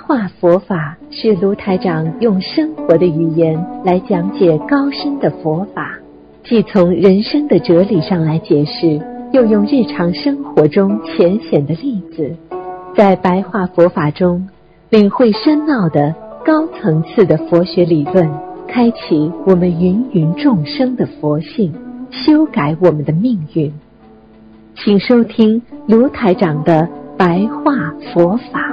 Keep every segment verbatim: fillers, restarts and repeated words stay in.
话佛法是卢台长用生活的语言来讲解高深的佛法，既从人生的哲理上来解释，又用日常生活中浅显的例子，在白话佛法中领会深奥的高层次的佛学理论，开启我们芸芸众生的佛性，修改我们的命运。请收听卢台长的白话佛法。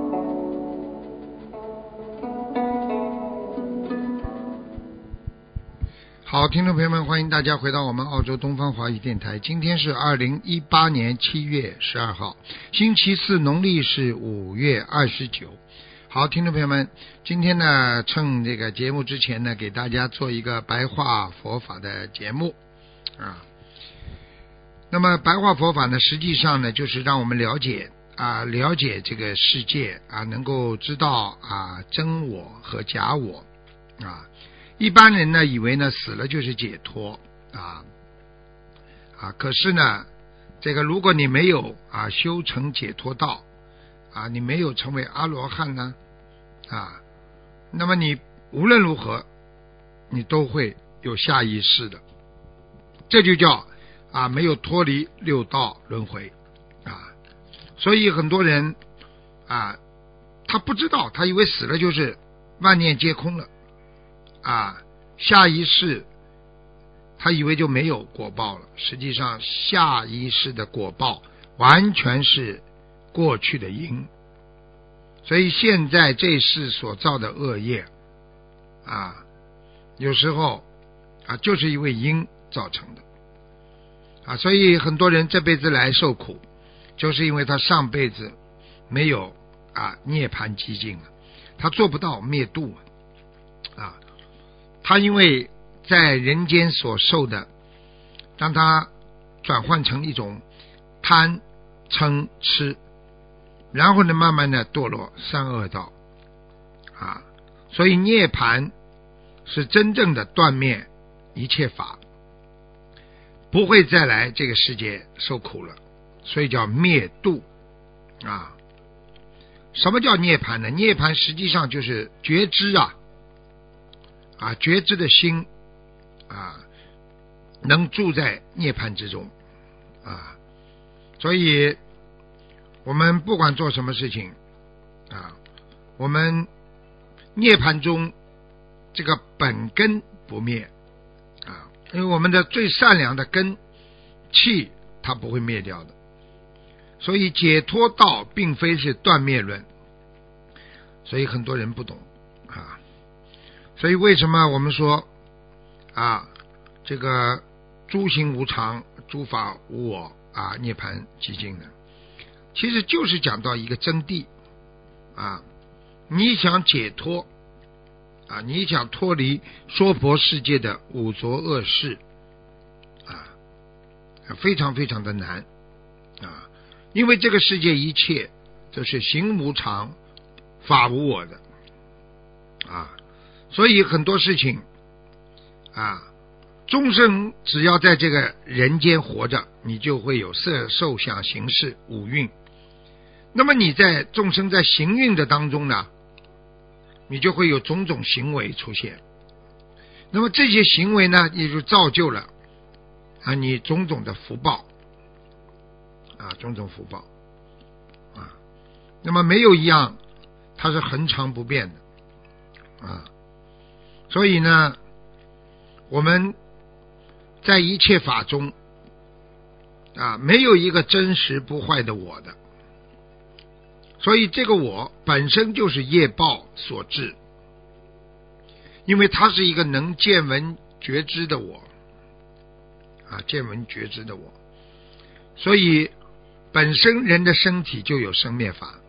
好，听众朋友们，欢迎大家回到我们澳洲东方华语电台。今天是二零一八年七月十二号，星期四，农历是五月二十九。好，听众朋友们，今天呢，趁这个节目之前呢，给大家做一个白话佛法的节目啊。那么白话佛法呢，实际上呢，就是让我们了解啊，了解这个世界啊，能够知道啊真我和假我啊。一般人呢以为呢死了就是解脱啊啊，可是呢，这个如果你没有啊修成解脱道啊，你没有成为阿罗汉呢啊，那么你无论如何你都会有下一世的，这就叫啊没有脱离六道轮回啊。所以很多人啊他不知道，他以为死了就是万念皆空了啊，下一世他以为就没有果报了，实际上下一世的果报完全是过去的因，所以现在这世所造的恶业啊，有时候啊就是因为因造成的啊，所以很多人这辈子来受苦，就是因为他上辈子没有啊涅槃寂静了，他做不到灭度啊。他因为在人间所受的，让他转换成一种贪嗔痴，然后呢慢慢的堕落三恶道啊，所以涅槃是真正的断灭一切法，不会再来这个世界受苦了，所以叫灭度啊。什么叫涅槃呢？涅槃实际上就是觉知啊啊，觉知的心啊，能住在涅槃之中啊，所以我们不管做什么事情啊，我们涅槃中这个本根不灭啊，因为我们的最善良的根气它不会灭掉的，所以解脱道并非是断灭论，所以很多人不懂啊。所以为什么我们说啊，这个诸行无常，诸法无我啊，涅槃寂静呢？其实就是讲到一个真谛啊，你想解脱啊，你想脱离娑婆世界的五浊恶世啊，非常非常的难啊，因为这个世界一切都是行无常，法无我的啊。所以很多事情啊，终生只要在这个人间活着，你就会有色受想行识五蕴。那么你在众生在行运的当中呢，你就会有种种行为出现。那么这些行为呢，也就造就了啊你种种的福报啊，种种福报啊。那么没有一样它是恒常不变的啊。所以呢，我们在一切法中啊，没有一个真实不坏的我的，所以这个我本身就是业报所致，因为它是一个能见闻觉知的我啊，见闻觉知的我，所以本身人的身体就有生灭法。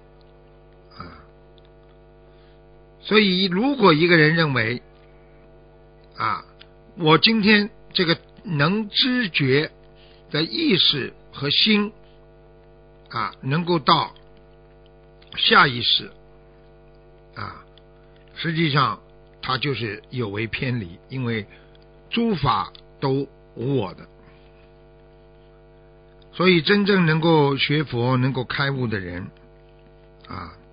所以如果一个人认为啊，我今天这个能知觉的意识和心啊，能够到下意识啊，实际上他就是有为偏离，因为诸法都无我的。所以真正能够学佛能够开悟的人啊，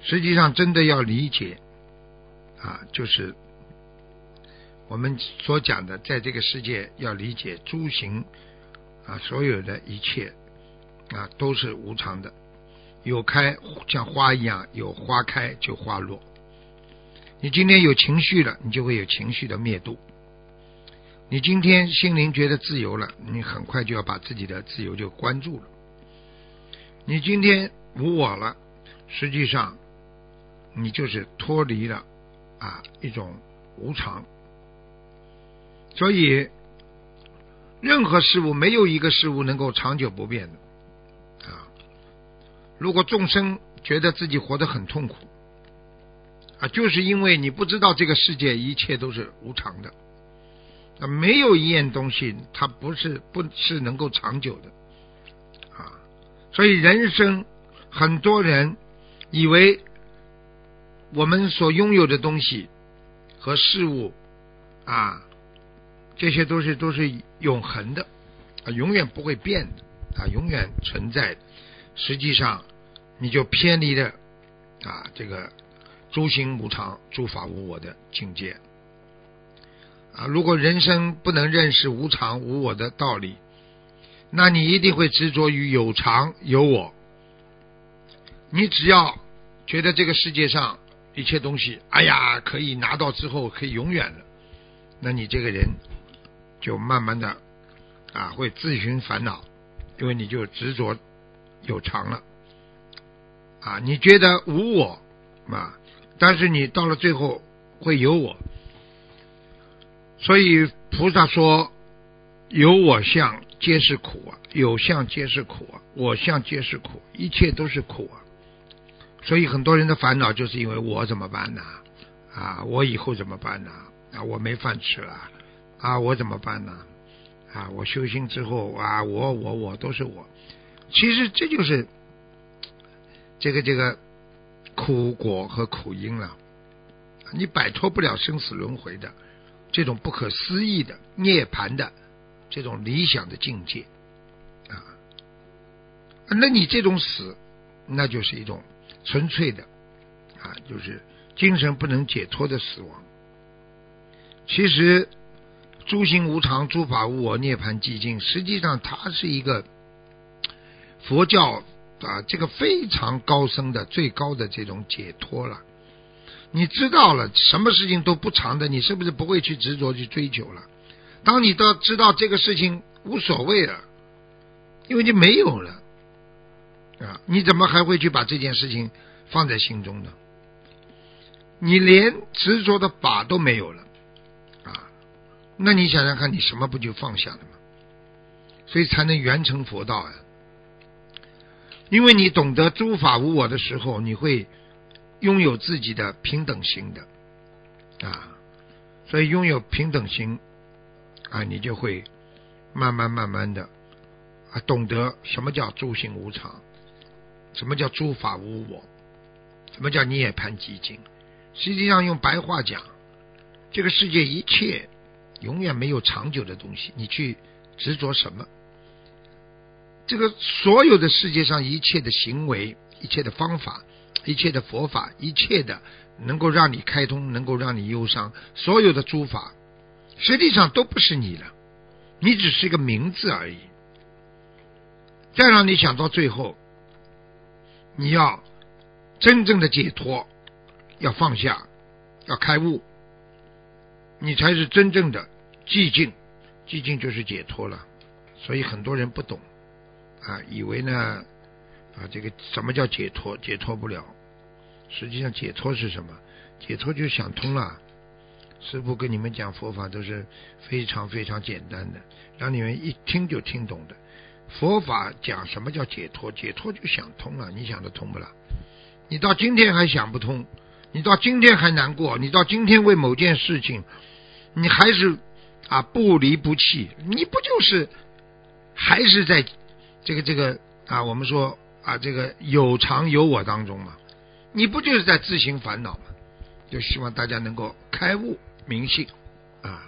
实际上真的要理解啊，就是我们所讲的，在这个世界要理解诸行啊，所有的一切啊都是无常的，有开像花一样，有花开就花落。你今天有情绪了，你就会有情绪的灭度。你今天心灵觉得自由了，你很快就要把自己的自由就关住了。你今天无我了，实际上你就是脱离了啊一种无常。所以任何事物没有一个事物能够长久不变的啊。如果众生觉得自己活得很痛苦啊，就是因为你不知道这个世界一切都是无常的啊，没有一样东西它不是不是能够长久的啊。所以人生很多人以为我们所拥有的东西和事物啊，这些都是都是永恒的啊，永远不会变的啊，永远存在的。实际上你就偏离了啊这个诸行无常诸法无我的境界啊。如果人生不能认识无常无我的道理，那你一定会执着于有常有我。你只要觉得这个世界上一切东西哎呀可以拿到之后可以永远了，那你这个人就慢慢的啊会自寻烦恼，因为你就执着有常了啊。你觉得无我啊，但是你到了最后会有我。所以菩萨说有我相皆是苦啊，有相皆是苦啊，我相皆是苦，一切都是苦啊。所以很多人的烦恼就是因为我怎么办呢啊，我以后怎么办呢啊，我没饭吃了啊，我怎么办呢啊，我修行之后啊，我我我都是我。其实这就是这个这个苦果和苦因了，你摆脱不了生死轮回的这种不可思议的涅槃的这种理想的境界啊。那你这种死那就是一种纯粹的啊，就是精神不能解脱的死亡。其实诸行无常诸法无我涅槃寂静，实际上它是一个佛教啊这个非常高深的最高的这种解脱了。你知道了什么事情都不长的，你是不是不会去执着去追求了？当你都知道这个事情无所谓了，因为你没有了啊，你怎么还会去把这件事情放在心中呢？你连执着的法都没有了啊，那你想想看，你什么不就放下了吗？所以才能圆成佛道啊。因为你懂得诸法无我的时候，你会拥有自己的平等心的啊，所以拥有平等心啊，你就会慢慢慢慢的啊懂得什么叫诸行无常，什么叫诸法无我，什么叫涅槃寂静。实际上用白话讲，这个世界一切永远没有长久的东西，你去执着什么？这个所有的世界上一切的行为，一切的方法，一切的佛法，一切的能够让你开通，能够让你忧伤，所有的诸法实际上都不是你了，你只是一个名字而已。再让你想到最后，你要真正的解脱，要放下，要开悟，你才是真正的寂静。寂静就是解脱了。所以很多人不懂啊，以为呢啊这个什么叫解脱？解脱不了。实际上解脱是什么？解脱就想通了。师父跟你们讲佛法都是非常非常简单的，让你们一听就听懂的。佛法讲什么叫解脱？解脱就想通了。你想得通不啦？你到今天还想不通，你到今天还难过，你到今天为某件事情你还是啊不离不弃，你不就是还是在这个这个啊我们说啊这个有常有我当中嘛？你不就是在自行烦恼吗？就希望大家能够开悟明性啊。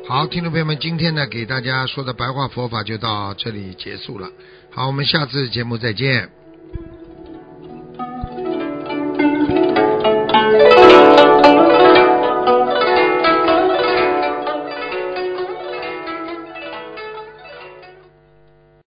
好，听众朋友们，今天呢给大家说的白话佛法就到这里结束了。好，我们下次节目再见。